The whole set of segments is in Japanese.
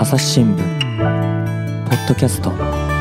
朝日新聞ポッドキャスト。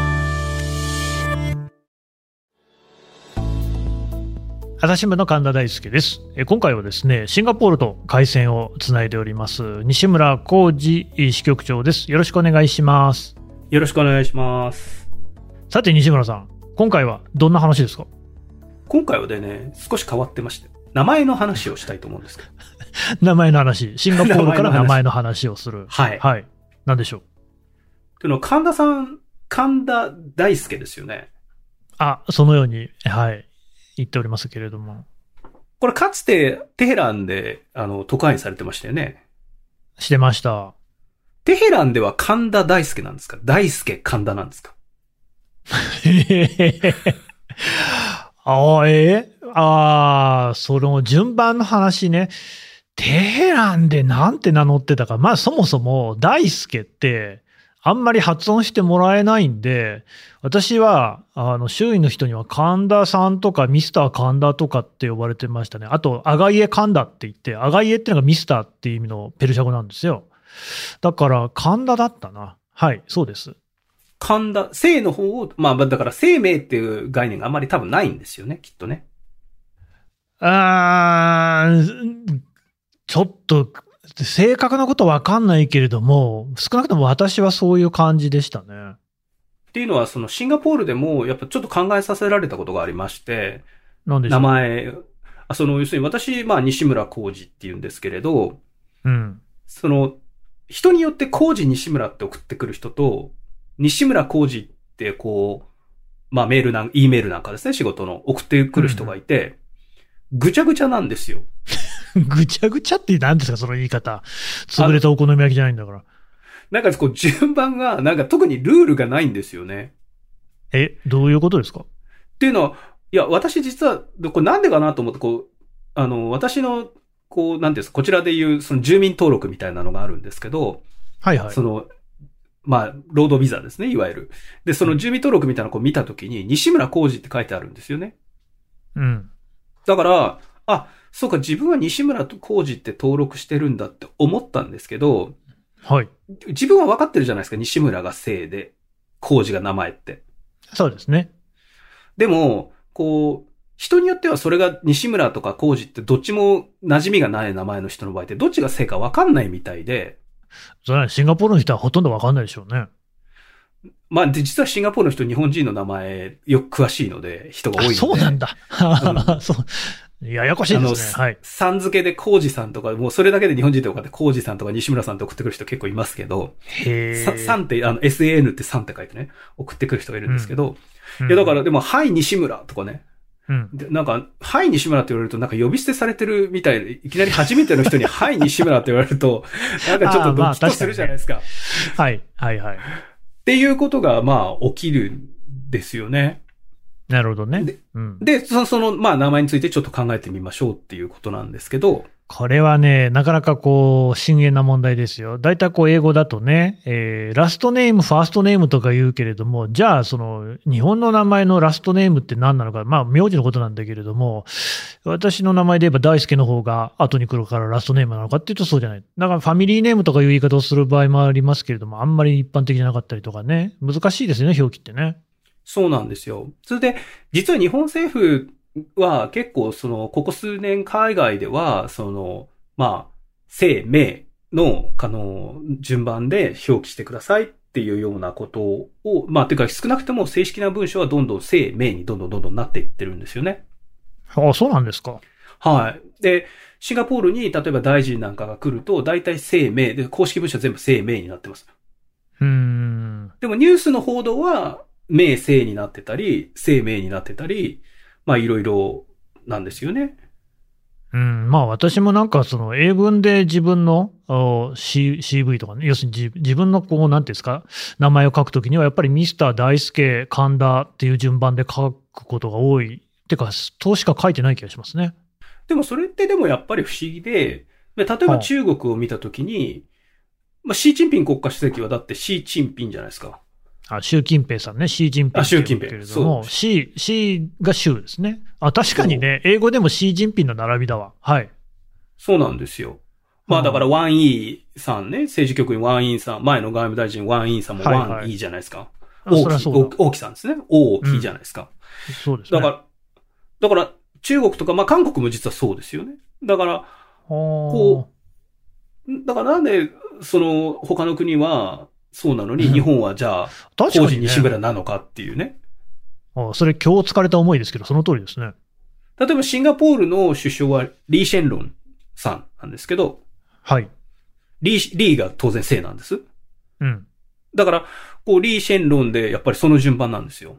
朝日新聞の神田大輔です。今回はですね、シンガポールと回線をつないでおります西村浩司支局長です。よろしくお願いします。 よろしくお願いします。 さて西村さん、今回はどんな話ですか？ 今回はね、少し変わってまして、名前の話をしたいと思うんですけど。 名前の話、シンガポールから名前の話をする。 はい。 はい。何でしょう？ というのは、神田さん、神田大輔ですよね。 あ、そのように、はい、言っておりますけれども。 これ、かつて、テヘランで、特派員されてましたよね。 してました。 テヘランでは神田大輔なんですか？大輔神田なんですか？ その順番の話ね。テヘランでなんて名乗ってたか。まあそもそも大輔ってあんまり発音してもらえないんで、私は周囲の人には神田さんとかミスター神田とかって呼ばれてましたね。あと、アガイエ神田って言って、アガイエっていうのがミスターっていう意味のペルシャ語なんですよ。だから神田だったな。はい、そうです。 神田、生の方を、まあだから生命っていう概念があんまり多分ないんですよね、きっとね。 ちょっと、正確なことわかんないけれども、少なくとも私はそういう感じでしたね。 っていうのは、そのシンガポールでも、やっぱちょっと考えさせられたことがありまして、 なんでしょう？ 名前、要するに私、西村浩司って言うんですけれど、 うん。 人によって浩司西村って送ってくる人と、西村浩司ってE メールなんかですね、仕事の送ってくる人がいて、ぐちゃぐちゃなんですよ。 ぐちゃぐちゃって何ですか、その言い方。潰れたお好み焼きじゃないんだから。 なんか順番が、特にルールがないんですよね。 どういうことですか？ っていうのは、いや、私実は、これなんでかなと思って、私の、なんていうんですか、こちらでいう、住民登録みたいなのがあるんですけど、 はいはい。 労働ビザですね、いわゆる。で、その住民登録みたいなのを見たときに、西村浩司って書いてあるんですよね。 うん。 だから、そうか、自分は西村浩司って登録してるんだって思ったんですけど、 はい。 自分は分かってるじゃないですか、西村が姓で、浩司が名前って。 そうですね。 でも、人によってはそれが西村とか浩司ってどっちも馴染みがない名前の人の場合ってどっちが姓か分かんないみたいで。 それはシンガポールの人はほとんど分かんないでしょうね。 で、実はシンガポールの人、日本人の名前よく詳しいので、人が多いので。 そうなんだ。そう。ややこしいですね。はい。 さん付けで浩司さんとか、もうそれだけで日本人で分かって浩司さんとか西村さんって送ってくる人結構いますけど、さんって、SAN ってさんって書いてね、送ってくる人がいるんですけど、いや、だからでも、はい、西村とかね。 うん。 で、はい、西村って言われると、呼び捨てされてるみたいで、いきなり初めての人に、はい、西村って言われると、ちょっとドキッとするじゃないですか。 はい、はい、はい。 っていうことが、起きるんですよね。 なるほどね。 で、名前についてちょっと考えてみましょうっていうことなんですけど。 これはね、なかなか深遠な問題ですよ。だいたい英語だとね、ラストネーム、ファーストネームとか言うけれども、じゃあ、日本の名前のラストネームって何なのか、名字のことなんだけれども、私の名前で言えば大輔の方が後に来るからラストネームなのかっていうとそうじゃない。だからファミリーネームとかいう言い方をする場合もありますけれども、あんまり一般的じゃなかったりとかね、難しいですよね、表記ってね。 そうなんですよ。それで、実は日本政府は結構ここ数年海外では、姓名の、順番で表記してくださいっていうようなことを、てか少なくとも正式な文章はどんどん姓名にどんどんなっていってるんですよね。 ああ、そうなんですか。 はい。で、シンガポールに例えば大臣なんかが来ると、大体姓名で、公式文書は全部姓名になってます。でもニュースの報道は、名姓になってたり、姓名になってたり、いろいろなんですよね。 私も英文で自分のCV とかね、要するに自分のなんていうんですか、名前を書くときにはやっぱりミスター大輔神田っていう順番で書くことが多い。てか、としか書いてない気がしますね。 でもそれってでもやっぱり不思議で、例えば中国を見たときに、シー・チンピン国家主席はだってシー・チンピンじゃないですか。 習近平さんね、シー・ジンピンって言うけれども、シが習ですね。確かにね、英語でもシー・ジンピンの並びだわ。はい。 そうなんですよ。 まあだからワン・イーさんね、政治局員ワン・イーさん、前の外務大臣ワン・イーさんもワン・イーじゃないですか。王毅さんですね。王毅じゃないですか。 そうですね。 だから中国とか、まあ韓国も実はそうですよね。だから、だからなんで、他の国はそうなのに、日本はじゃあ、工事西村なのかっていうね。 それ今日疲れた思いですけど、その通りですね。 例えばシンガポールの首相はリー・シェンロンさんなんですけど、 はい。 リーが当然姓なんです。 うん。 だから、リー・シェンロンでやっぱりその順番なんですよ。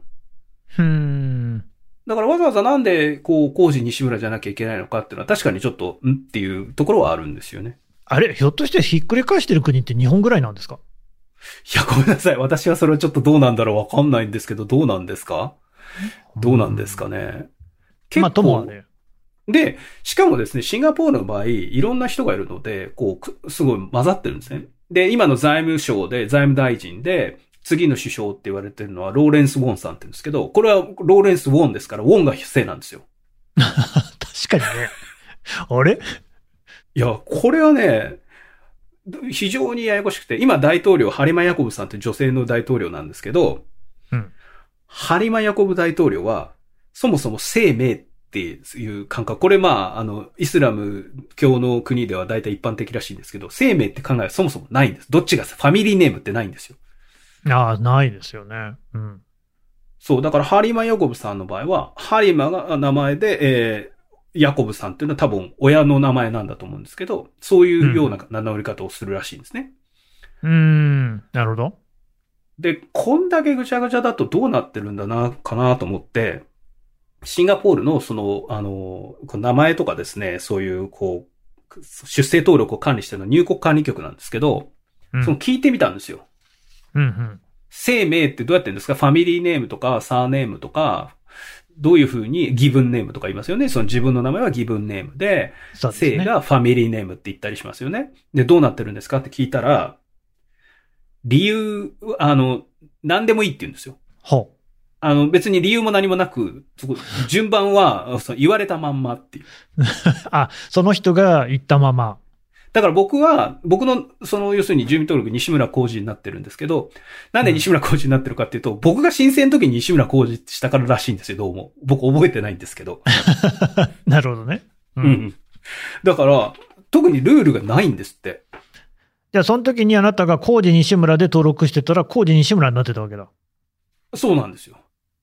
だからわざわざなんで、工事西村じゃなきゃいけないのかっていうのは確かにちょっと、っていうところはあるんですよね。 あれ、ひょっとしてひっくり返してる国って日本ぐらいなんですか？ いや、ごめんなさい。私はそれはちょっとどうなんだろうわかんないんですけど、どうなんですか？どうなんですかね。 まあ、ともはね。 で、しかもですね、シンガポールの場合、いろんな人がいるので、すごい混ざってるんですね。で、今の財務省で、財務大臣で、次の首相って言われてるのは、ローレンス・ウォンさんって言うんですけど、これはローレンス・ウォンですから、ウォンが姓なんですよ。 確かにね。あれ？ いや、これはね、非常にややこしくて、今大統領、ハリマ・ヤコブさんって女性の大統領なんですけど、ハリマ・ヤコブ大統領は、そもそも姓名っていう感覚、これイスラム教の国では大体一般的らしいんですけど、姓名って考えはそもそもないんです。どっちがファミリーネームってないんですよ。 ああ、ないですよね。うん。 そう、だからハリマ・ヤコブさんの場合は、ハリマが名前で、ヤコブさんっていうのは多分親の名前なんだと思うんですけど、そういうような名乗り方をするらしいんですね。 なるほど。 で、こんだけぐちゃぐちゃだとどうなってるんだな、かなと思って、シンガポールの名前とかですね、そういう出生登録を管理してるのは入国管理局なんですけど、聞いてみたんですよ。姓名ってどうやってるんですか？ファミリーネームとかサーネームとか、どういう風にギブンネームとか言いますよね。その自分の名前はギブンネームで、姓がファミリーネームって言ったりしますよね。で、どうなってるんですかって聞いたら、理由、何でもいいって言うんですよ。別に理由も何もなく、順番は言われたまんまっていう。 その人が言ったまま。 だから僕の、要するに住民登録西村浩二になってるんですけど、なんで西村浩二になってるかっていうと、僕が申請の時に西村浩二ってしたかららしいんですよ、どうも。僕覚えてないんですけど。 なるほどね。 だから、特にルールがないんですって。 じゃあ、その時にあなたが浩二西村で登録してたら、浩二西村になってたわけだ。 そうなんですよ。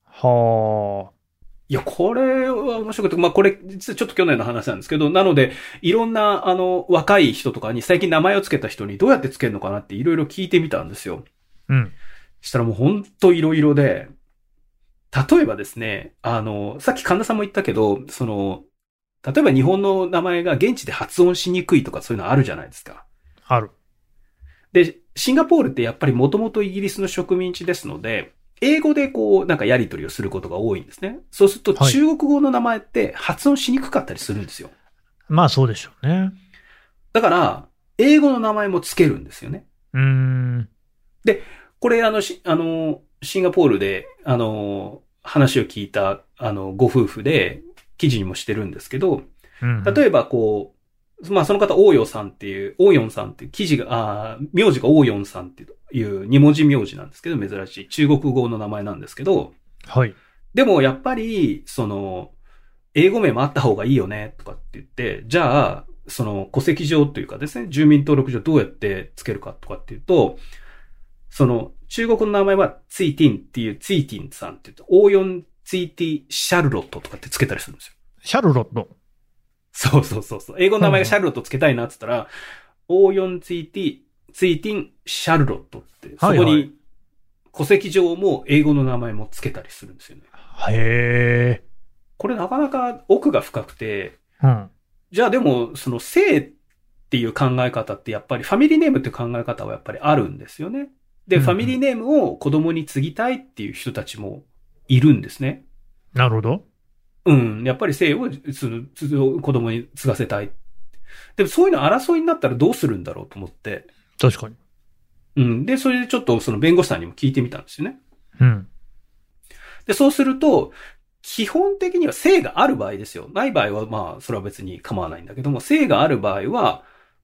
いや、これは面白くて、これ、実はちょっと去年の話なんですけど、なので、いろんな、若い人とかに、最近名前をつけた人にどうやってつけるのかなっていろいろ聞いてみたんですよ。したらもうほんといろいろで、例えばですね、さっき神田さんも言ったけど、例えば日本の名前が現地で発音しにくいとかそういうのあるじゃないですか。 ある。 で、シンガポールってやっぱりもともとイギリスの植民地ですので、英語でやり取りをすることが多いんですね。そうすると中国語の名前って発音しにくかったりするんですよ。 まあそうでしょうね。 だから、英語の名前もつけるんですよね。で、これシンガポールで、話を聞いた、ご夫婦で、記事にもしてるんですけど、例えばその方、オーヨンさんっていう記事が、名字がオーヨンさんっていう2文字名字なんですけど、珍しい中国語の名前なんですけど、でもやっぱり、英語名もあった方がいいよね、とかって言って、じゃあ、戸籍上というかですね、住民登録上どうやってつけるかとかっていうと、中国の名前はツイティンっていうツイティンさんって言って、オーヨンツイティシャルロットとかってつけたりするんですよ。 シャルロット。 そう。英語の名前がシャルロットつけたいなって言ったら、オーヨンツイティンシャルロットって、そこに戸籍上も英語の名前もつけたりするんですよね。 へー。 これなかなか奥が深くて、じゃあでも、姓っていう考え方ってやっぱり、ファミリーネームっていう考え方はやっぱりあるんですよね。で、ファミリーネームを子供に継ぎたいっていう人たちもいるんですね。 なるほど。 やっぱり姓を子供に継がせたい。でもそういうの争いになったらどうするんだろうと思って。 確かに。で、それでちょっと弁護士さんにも聞いてみたんですよね。で、そうすると、基本的には姓がある場合ですよ。ない場合はそれは別に構わないんだけども、姓がある場合は、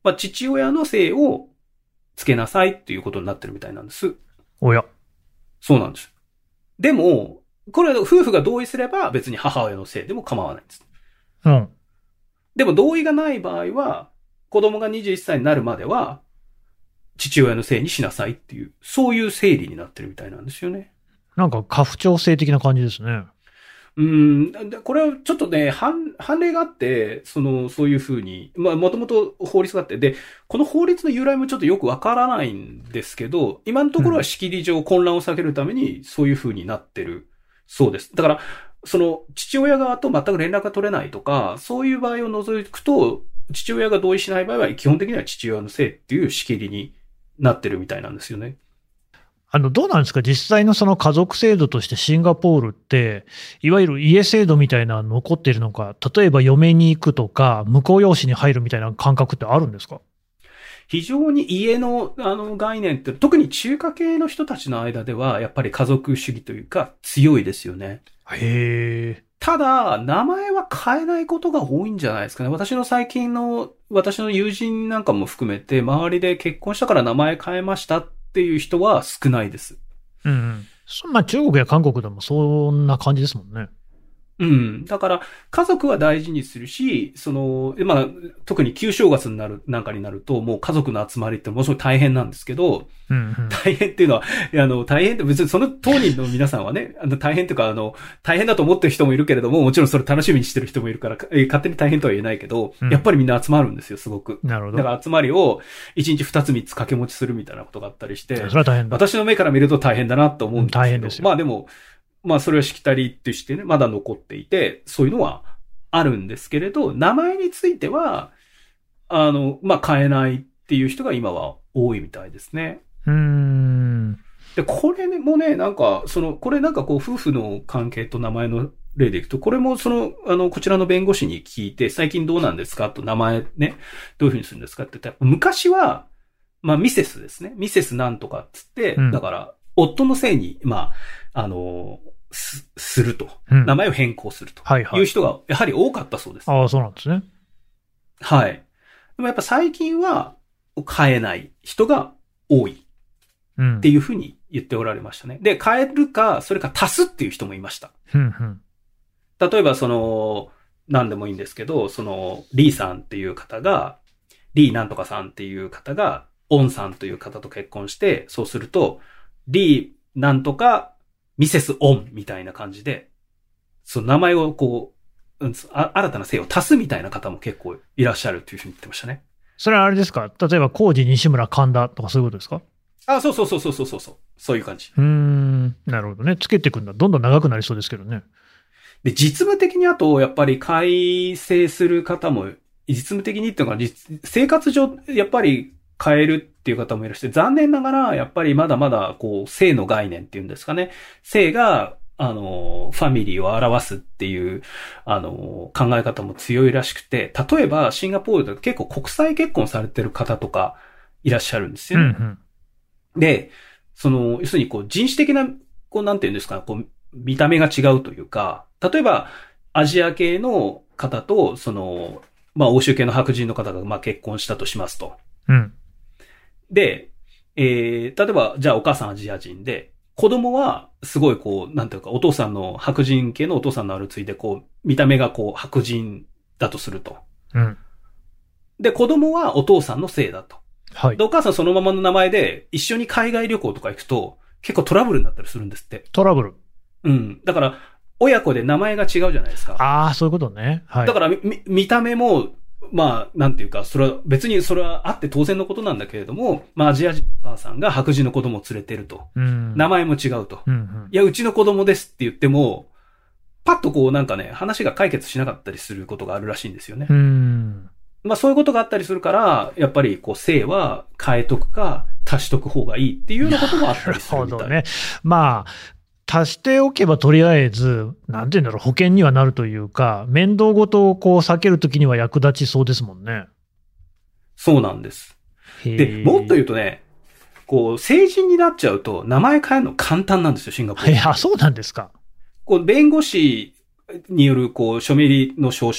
まあ、父親の姓をつけなさいっていうことになってるみたいなんです。 おや。 そうなんです。でも、これ夫婦が同意すれば別に母親の姓でも構わないんです。 うん。 でも同意がない場合は、子供が21歳になるまでは、父親の姓にしなさいっていう、そういう整理になってるみたいなんですよね。 なんか家父長制的な感じですね。 これはちょっとね、判例があって、そういうふうに、まあ、もともと法律があって、で、この法律の由来もちょっとよくわからないんですけど、今のところは仕切り上混乱を避けるために、そういうふうになってるそうです。だから、父親側と全く連絡が取れないとか、そういう場合を除くと、父親が同意しない場合は、基本的には父親の姓っていう仕切りになってるみたいなんですよね。 どうなんですか、実際のその家族制度としてシンガポールって、いわゆる家制度みたいなの残っているのか、例えば嫁に行くとか、婿養子に入るみたいな感覚ってあるんですか？ 非常に家の概念って、特に中華系の人たちの間では、やっぱり家族主義というか強いですよね。 へー。 ただ、名前は変えないことが多いんじゃないですかね。私の友人なんかも含めて、周りで結婚したから名前変えましたっていう人は少ないです。 うんうん。まあ中国や韓国でもそんな感じですもんね。 だから、家族は大事にするし、まあ、特に旧正月なんかになると、もう家族の集まりってものすごい大変なんですけど、大変っていうのは、大変って別にその当人の皆さんはね、大変というか、大変だと思ってる人もいるけれども、もちろんそれ楽しみにしてる人もいるから、勝手に大変とは言えないけど、やっぱりみんな集まるんですよ、すごく。 なるほど。 だから集まりを1日2つ3つ掛け持ちするみたいなことがあったりして、 それは大変だ。 私の目から見ると大変だなと思うんですけど、 大変ですよ。 まあでも、まあそれはしきたりってしてね、まだ残っていて、そういうのはあるんですけれど、名前については、まあ変えないっていう人が今は多いみたいですね。で、これもね、なんか、これなんかこう夫婦の関係と名前の例でいくと、これもこちらの弁護士に聞いて、最近どうなんですかと名前ね、どういうふうにするんですかって言ったら、昔は、まあミセスですね。ミセスなんとかっつって、だから、夫のせいに、まあ、すると、名前を変更するという人がやはり多かったそうです。 ああ、そうなんですね。 はい。でもやっぱ最近は変えない人が多いっていうふうに言っておられましたね。で、変えるか、それか足すっていう人もいました。例えば何でもいいんですけど、リーさんっていう方が、リーなんとかさんっていう方が、オンさんという方と結婚して、そうすると、リーなんとか、ミセスオンみたいな感じで、その名前を新たな姓を足すみたいな方も結構いらっしゃるというふうに言ってましたね。 それはあれですか？例えば、コウジ、西村、神田とかそういうことですか？ そう。そういう感じ。 なるほどね。つけていくんだ。どんどん長くなりそうですけどね。 で、実務的にあと、やっぱり改正する方も、実務的にっていうのが、生活上、やっぱり変えるっていう方もいらっしゃって、残念ながら、やっぱりまだまだ、性の概念っていうんですかね。性が、ファミリーを表すっていう、考え方も強いらしくて、例えば、シンガポールで結構国際結婚されてる方とかいらっしゃるんですよね。で、要するに人種的な、なんていうんですか、見た目が違うというか、例えば、アジア系の方と、まあ、欧州系の白人の方が、まあ、結婚したとしますと。で、例えば、じゃあお母さんアジア人で、子供は、すごいなんていうか、お父さんの白人系のお父さんのあるついで、見た目が白人だとすると。で、子供はお父さんの姓だと。で、お母さんそのままの名前で、一緒に海外旅行とか行くと、結構トラブルになったりするんですって。 トラブル。 だから、親子で名前が違うじゃないですか。 ああ、そういうことね。はい。 だから、見た目も、まあ、なんていうか、それはあって当然のことなんだけれども、まあ、アジア人のお母さんが白人の子供を連れてると。名前も違うと。いや、うちの子供ですって言っても、パッとなんかね、話が解決しなかったりすることがあるらしいんですよね。まあ、そういうことがあったりするから、やっぱり姓は変えとくか、足しとく方がいいっていうようなこともあったりするみたい。なるほどね。 まあ、足しておけばとりあえず、なんていうんだろう、保険にはなるというか、面倒ごとを避けるときには役立ちそうですもんね。 そうなんです。で、もっと言うとね、成人になっちゃうと名前変えるの簡単なんですよ、シンガポール。 そうなんですか。 弁護士による、書面入りの証書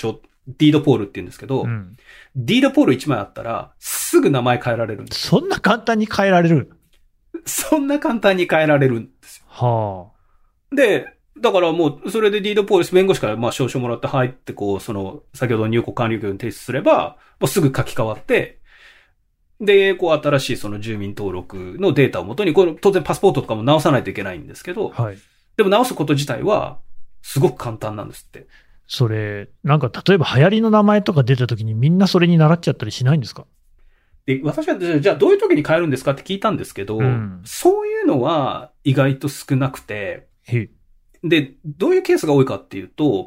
ディードポールって言うんですけど、ディードポール1枚あったら、すぐ名前変えられるんです。 そんな簡単に変えられる？ そんな簡単に変えられるんですよ。 はあ。で、だからもう、それでディードポール弁護士からまあ証書もらって入って、こう、先ほど入国管理局に提出すれば、もうすぐ書き換わって、で、こう、新しいその住民登録のデータをもとに、これ当然パスポートとかも直さないといけないんですけど、 はい。 でも直すこと自体は、すごく簡単なんですって。 それ、なんか例えば流行りの名前とか出た時にみんなそれに習っちゃったりしないんですか？ で、私は、じゃあどういう時に変えるんですかって聞いたんですけど、そういうのは意外と少なくて、で、どういうケースが多いかっていうと、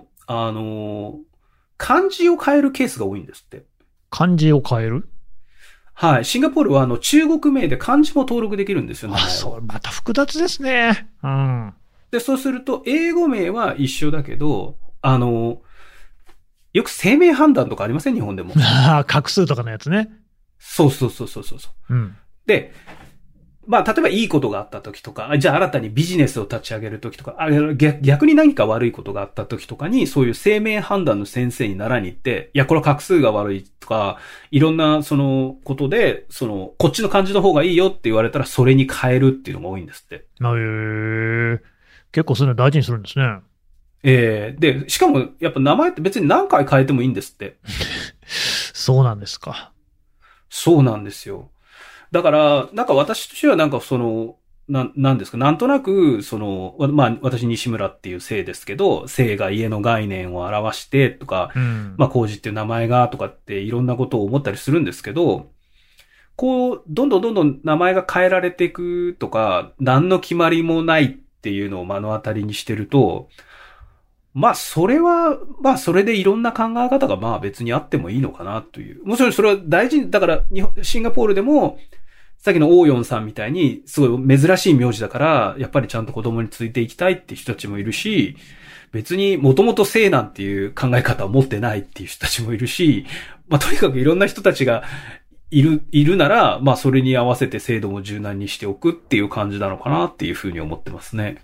漢字を変えるケースが多いんですって。 漢字を変える？ はい。シンガポールは中国名で漢字も登録できるんですよね。 そう、また複雑ですね。 で、そうすると、英語名は一緒だけど、よく姓名判断とかありません？日本でも。 画数とかのやつね。 そう。で、まあ、例えばいいことがあった時とか、じゃあ新たにビジネスを立ち上げる時とか、逆に何か悪いことがあった時とかに、そういう生命判断の先生に習いに行って、いや、これは画数が悪いとか、いろんなことで、こっちの漢字の方がいいよって言われたら、それに変えるっていうのが多いんですって。 結構そういうの大事にするんですね。 で、しかも、やっぱ名前って別に何回変えてもいいんですって。 そうなんですか。 そうなんですよ。だから、なんか私としてはなんかなんですか、なんとなく、まあ私西村っていう姓ですけど、姓が家の概念を表してとか、まあ浩二っていう名前がとかっていろんなことを思ったりするんですけど、こう、どんどん名前が変えられていくとか、何の決まりもないっていうのを目の当たりにしてると、まあ、それは、まあ、それでいろんな考え方がまあ別にあってもいいのかなという。もちろんそれは大事、だから、シンガポールでも、さっきのオーヨンさんみたいに、すごい珍しい名字だから、やっぱりちゃんと子供についていきたいっていう人たちもいるし、別にもともと姓なんていう考え方を持ってないっていう人たちもいるし、まあ、とにかくいろんな人たちがいるなら、まあ、それに合わせて制度も柔軟にしておくっていう感じなのかなっていうふうに思ってますね。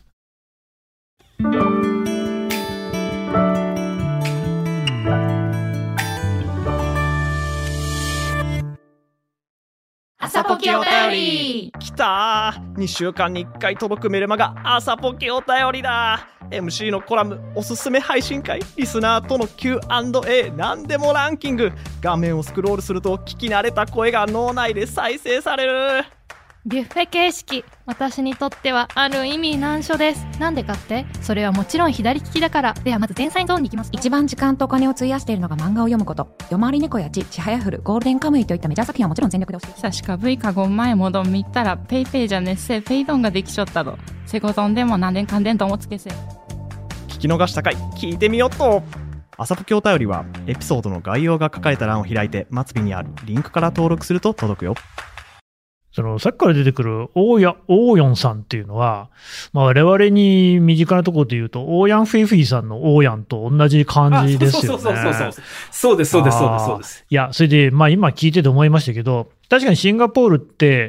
朝ポキお便りきたー。2週間に1回届くメルマガ朝ポキお便りだ。 MC のコラム、おすすめ配信会、リスナーとの Q&A、 何でもランキング。画面をスクロールすると聞き慣れた声が脳内で再生される。 ビュッフェ形式、私にとってはある意味難所です。なんでかって？それはもちろん左利きだから。ではまず前菜ゾーンに行きます。 一番時間とお金を費やしているのが漫画を読むこと。夜回り猫やちはやふる、ゴールデンカムイといったメジャー作品はもちろん全力で押して久しかぶいかごん前もどんみったらペイペイじゃねっせペイドンができちょったど。セゴゾンでも何年かんでんともつけせ。 聞き逃した回聞いてみよっと。朝ポキお便りはエピソードの概要が書かれた欄を開いて末尾にあるリンクから登録すると届くよ。 さっきから出てくるオーヨンさんっていうのは、まあ、我々に身近なところで言うと、オーヤンフィフィさんのオーヤンと同じ感じですよね。 そうです。 いや、それで、まあ今聞いてて思いましたけど、確かにシンガポールって、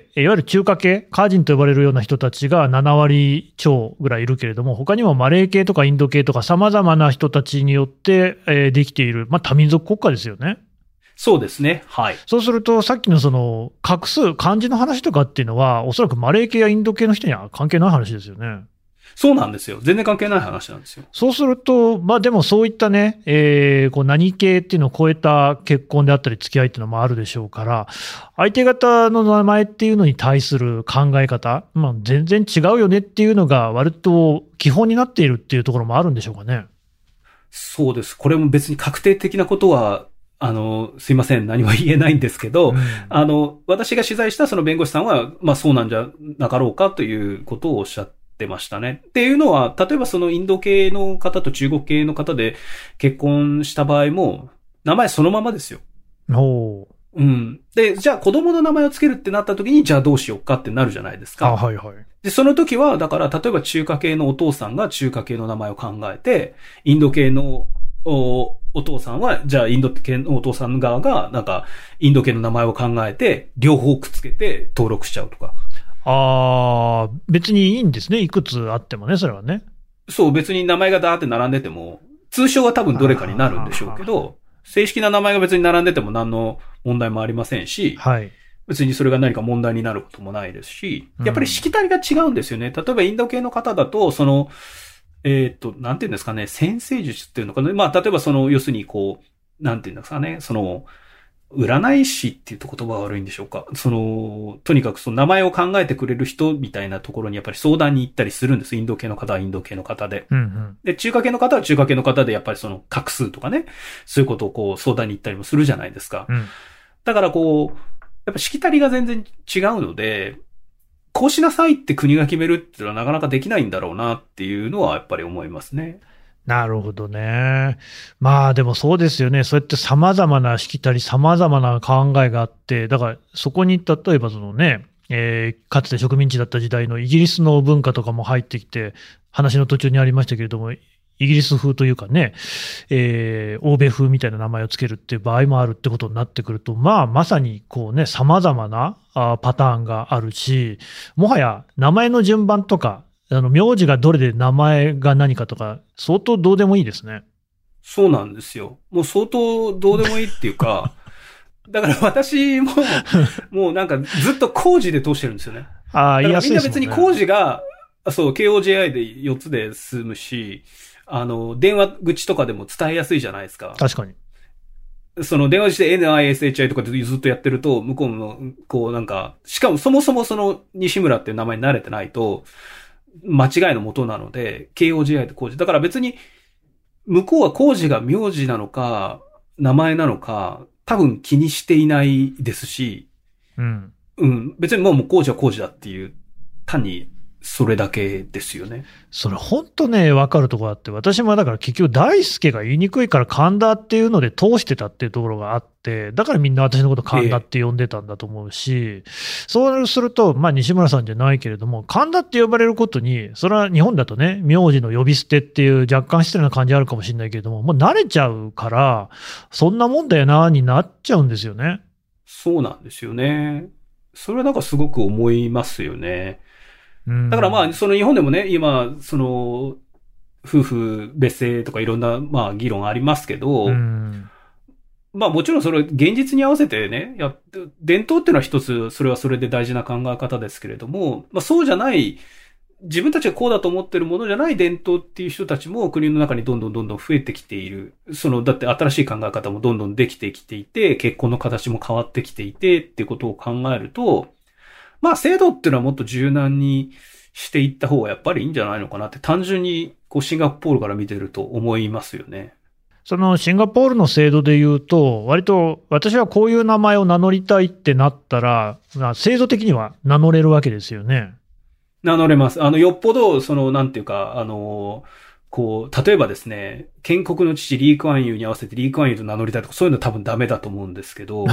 いわゆる中華系、カージンと呼ばれるような人たちが7割超ぐらいいるけれども、他にもマレー系とかインド系とか様々な人たちによって、できている、まあ多民族国家ですよね。 そうですね。はい。 そうすると、さっきの画数、漢字の話とかっていうのは、おそらくマレー系やインド系の人には関係ない話ですよね。 そうなんですよ。全然関係ない話なんですよ。 そうすると、まあでもそういったね、こう何系っていうのを超えた結婚であったり付き合いっていうのもあるでしょうから、相手方の名前っていうのに対する考え方、まあ全然違うよねっていうのが割と基本になっているっていうところもあるんでしょうかね。 そうです。これも別に確定的なことは、すいません、何も言えないんですけど、私が取材したその弁護士さんは、まあそうなんじゃなかろうかということをおっしゃってましたね。っていうのは、例えばそのインド系の方と中国系の方で結婚した場合も、名前そのままですよ。うん。で、じゃあ子供の名前をつけるってなった時に、じゃあどうしようかってなるじゃないですか。 はいはい。 で、その時は、だから、例えば中華系のお父さんが中華系の名前を考えて、インド系のお父さんは、じゃあインド系のお父さん側が、なんか、インド系の名前を考えて、両方くっつけて登録しちゃうとか。 別にいいんですね。いくつあってもね、それはね。 そう、別に名前がダーって並んでても、通称は多分どれかになるんでしょうけど。 正式な名前が別に並んでても何の問題もありませんし、 はい。 別にそれが何か問題になることもないですし、やっぱりしきたりが違うんですよね。例えばインド系の方だと、その、なんていうんですかね、占星術っていうのかな。まあ、例えばその、要するにこう、なんていうんですかね、その、占い師っていうと言葉が悪いんでしょうか。その、とにかくその名前を考えてくれる人みたいなところにやっぱり相談に行ったりするんです。インド系の方はインド系の方で。 うんうん、 で、中華系の方は中華系の方でやっぱりその画数とかね、そういうことをこう相談に行ったりもするじゃないですか。 うん、 だからこう、やっぱしきたりが全然違うので、こうしなさいって国が決めるっていうのはなかなかできないんだろうなっていうのはやっぱり思いますね。 なるほどね。まあでもそうですよね。そうやって様々なしきたり、様々な考えがあって、だからそこに例えばそのね、かつて植民地だった時代のイギリスの文化とかも入ってきて、話の途中にありましたけれども、イギリス風というかね、欧米風みたいな名前をつけるっていう場合もあるってことになってくると、まあまさにこうね、様々なパターンがあるし、もはや名前の順番とか、名字がどれで名前が何かとか、相当どうでもいいですね。 そうなんですよ。もう相当どうでもいいっていうか、だから私も、もうなんかずっと工事で通してるんですよね。 ああ、言いやすいみんですもんね。 な別に工事が、そう、KOJI で4つで済むし、電話口とかでも伝えやすいじゃないですか。 確かに。 その電話して NISHI とかでずっとやってると、向こうも、こうなんか、しかもそもそもその西村っていう名前に慣れてないと、間違いの元なので、KOJI で工事。だから別に、向こうは工事が名字なのか、名前なのか、多分気にしていないですし、 うん。 うん。別にもう工事は工事だっていう、単にそれだけですよね。 それ本当ね、分かるところあって、私もだから結局大輔が言いにくいから神田っていうので通してたっていうところがあって、だからみんな私のこと神田って呼んでたんだと思うし、そうすると、まあ西村さんじゃないけれども、神田って呼ばれることに、それは日本だとね、名字の呼び捨てっていう若干失礼な感じあるかもしれないけれども、もう慣れちゃうから、そんなもんだよな、になっちゃうんですよね。 そうなんですよね。それはなんかすごく思いますよね。だからまあ、その日本でもね、今、その、夫婦別姓とかいろんな、まあ議論ありますけど、まあもちろんそれ現実に合わせてね、伝統っていうのは一つ、それはそれで大事な考え方ですけれども、まあそうじゃない、自分たちがこうだと思ってるものじゃない伝統っていう人たちも国の中にどんどん増えてきている。だって新しい考え方もどんどんできてきていて、結婚の形も変わってきていてっていうことを考えると、まあ制度っていうのはもっと柔軟にしていった方がやっぱりいいんじゃないのかなって単純にこうシンガポールから見てると思いますよね。 そのシンガポールの制度で言うと、割と私はこういう名前を名乗りたいってなったら、制度的には名乗れるわけですよね。 名乗れます。よっぽど、なんていうか、こう、例えばですね、建国の父リー・クアンユーに合わせてリー・クアンユーと名乗りたいとか、そういうのは多分ダメだと思うんですけど、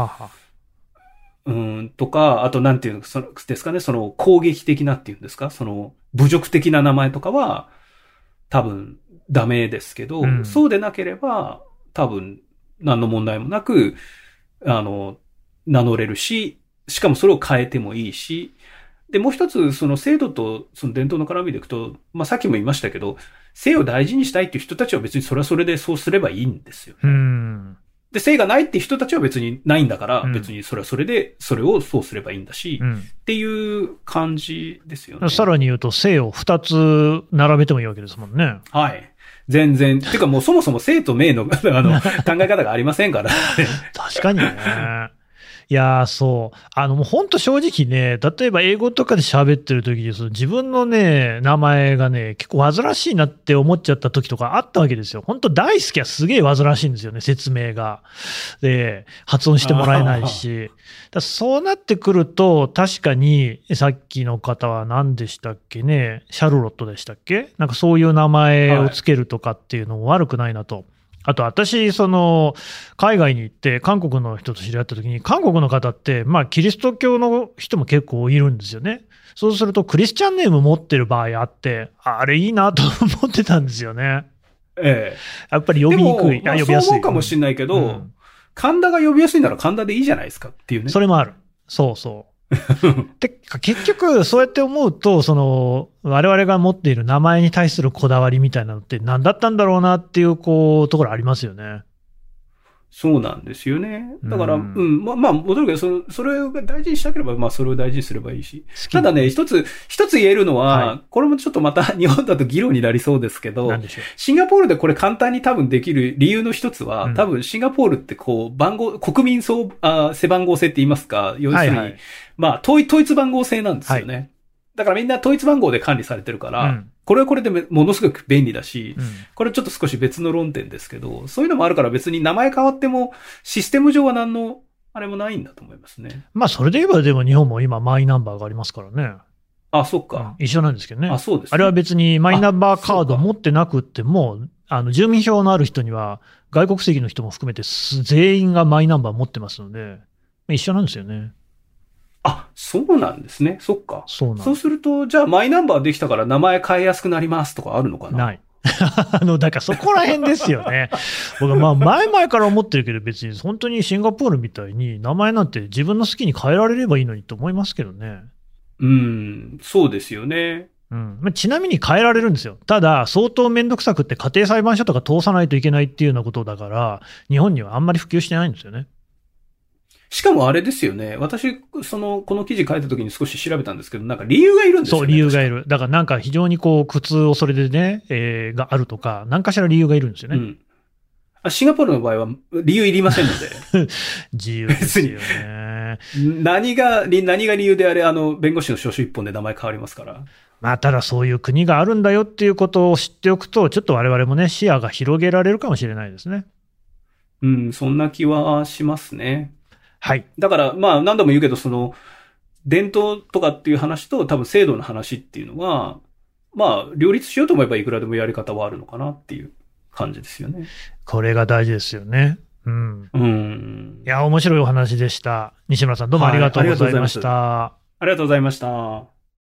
とか、あとなんていうのですかね、攻撃的なっていうんですか、侮辱的な名前とかは、多分ダメですけど、そうでなければ、多分何の問題もなく、名乗れるし、しかもそれを変えてもいいし、で、もう一つ、その制度とその伝統の絡みでいくと、まあ、さっきも言いましたけど、性を大事にしたいっていう人たちは別にそれはそれでそうすればいいんですよね。で、性がないっていう人たちは別にないんだから、別にそれはそれで、それをそうすればいいんだし、っていう感じですよね。 さらに言うと、性を2つ並べてもいいわけですもんね。 はい。全然。てかもうそもそも性と名の考え方がありませんから、ね。 確かにね。いやー、そう。もう本当正直ね、例えば英語とかで喋ってる時に、自分のね、名前がね、結構煩わしいなって思っちゃった時とかあったわけですよ。本当大好きはすげえ煩わしいんですよね、説明が。で、発音してもらえないし。そうなってくると、確かに、さっきの方は何でしたっけね、シャルロットでしたっけ？なんかそういう名前をつけるとかっていうのも悪くないなと。あと私、海外に行って韓国の人と知り合った時に、韓国の方って、まあ、キリスト教の人も結構いるんですよね。そうすると、クリスチャンネーム持ってる場合あって、あれいいなと思ってたんですよね。 ええ。 やっぱり呼びにくい。 まあ、呼びやすい。そう思うかもしれないけど、神田が呼びやすいなら神田でいいじゃないですかっていうね。 それもある。そうそう。で結局、そうやって思うと、我々が持っている名前に対するこだわりみたいなのって何だったんだろうなっていう、ところありますよね。 そうなんですよね。だから、まあ、戻るけど、それが大事にしたければ、まあ、それを大事にすればいいし。ただね、一つ言えるのは、これもちょっとまた日本だと議論になりそうですけど、シンガポールでこれ簡単に多分できる理由の一つは、多分シンガポールってこう、国民背番号制って言いますか、要するに、まあ、統一番号制なんですよね。だからみんな統一番号で管理されてるから、これはこれでものすごく便利だし、これちょっと少し別の論点ですけど、そういうのもあるから別に名前変わってもシステム上は何のあれもないんだと思いますね。 まあそれで言えばでも日本も今マイナンバーがありますからね。 あ、そっか。 一緒なんですけどね。 あ、そうですね。 あれは別にマイナンバーカード持ってなくっても、住民票のある人には外国籍の人も含めて全員がマイナンバー持ってますので、一緒なんですよね。 あ、そうなんですね。そっか。 そうすると、じゃあマイナンバーできたから名前変えやすくなりますとかあるのかな？ ない。だからそこら辺ですよね。僕はまあ前々から思ってるけど別に本当にシンガポールみたいに名前なんて自分の好きに変えられればいいのにと思いますけどね。 そうですよね。 ちなみに変えられるんですよ。ただ相当めんどくさくって家庭裁判所とか通さないといけないっていうようなことだから日本にはあんまり普及してないんですよね。 しかもあれですよね。私、この記事書いた時に少し調べたんですけど、なんか理由がいるんですよね。 そう、理由がいる。だからなんか非常にこう、苦痛をそれでね、があるとか、何かしら理由がいるんですよね。 シンガポールの場合は理由いりませんので。 自由ですよね。 何が理由であれ、弁護士の書類一本で名前変わりますから。 まあ、ただそういう国があるんだよっていうことを知っておくと、ちょっと我々もね、視野が広げられるかもしれないですね。 そんな気はしますね。 はい。 だから、まあ何度も言うけど、伝統とかっていう話と多分制度の話っていうのは、まあ両立しようと思えばいくらでもやり方はあるのかなっていう感じですよね。 これが大事ですよね。いや、面白いお話でした。西村さんどうもありがとうございました。 ありがとうございました。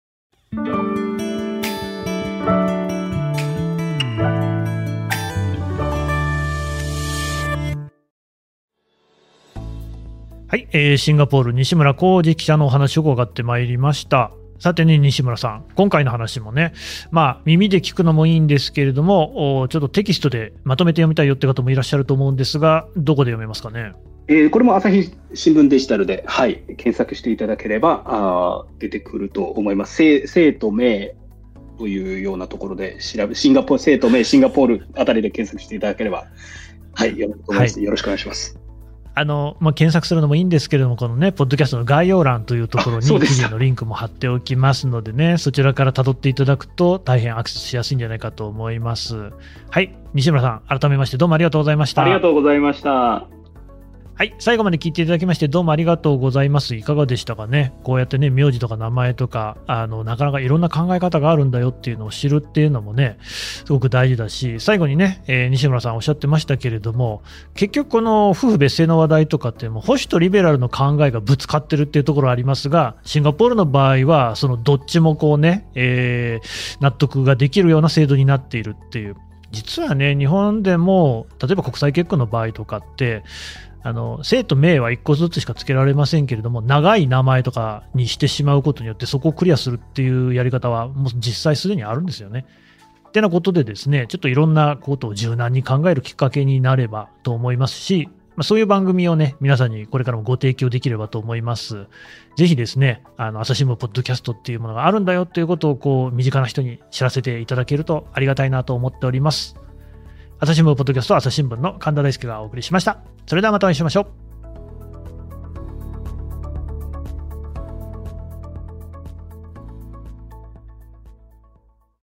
はい、シンガポール西村浩二記者のお話を伺ってまいりました。さてね、西村さん、今回の話もね、まあ耳で聞くのもいいんですけれども、ちょっとテキストでまとめて読みたいよって方もいらっしゃると思うんですが、どこで読めますかね。 これも朝日新聞デジタルで、検索していただければ出てくると思います。生と名というようなところで生と名シンガポールあたりで検索していただければ、よろしくお願いします。 検索するのもいいんですけれども、このね、ポッドキャストの概要欄というところに記事のリンクも貼っておきますのでね、そちらから辿っていただくと大変アクセスしやすいんじゃないかと思います。はい、西村さん、改めましてどうもありがとうございました。 ありがとうございました。 はい、最後まで聞いていただきましてどうもありがとうございます。いかがでしたかね。こうやってね、名字とか名前とかなかなかいろんな考え方があるんだよっていうのを知るっていうのもね、すごく大事だし、最後にね、西村さんおっしゃってましたけれども、結局この夫婦別姓の話題とかってもう保守とリベラルの考えがぶつかってるっていうところありますが、シンガポールの場合はそのどっちもこうね、納得ができるような制度になっているっていう。実はね、日本でも例えば国際結婚の場合とかって姓と名は1個ずつしか付けられませんけれども、長い名前とかにしてしまうことによってそこをクリアするっていうやり方はもう実際すでにあるんですよね。ってなことでですね、ちょっといろんなことを柔軟に考えるきっかけになればと思いますし、そういう番組をね、皆さんにこれからもご提供できればと思います。ぜひですね、朝日新聞ポッドキャストっていうものがあるんだよということをこう身近な人に知らせていただけるとありがたいなと思っております。朝日新聞ポッドキャストは朝日新聞の神田大輔がお送りしました。それではまたお会いしましょう。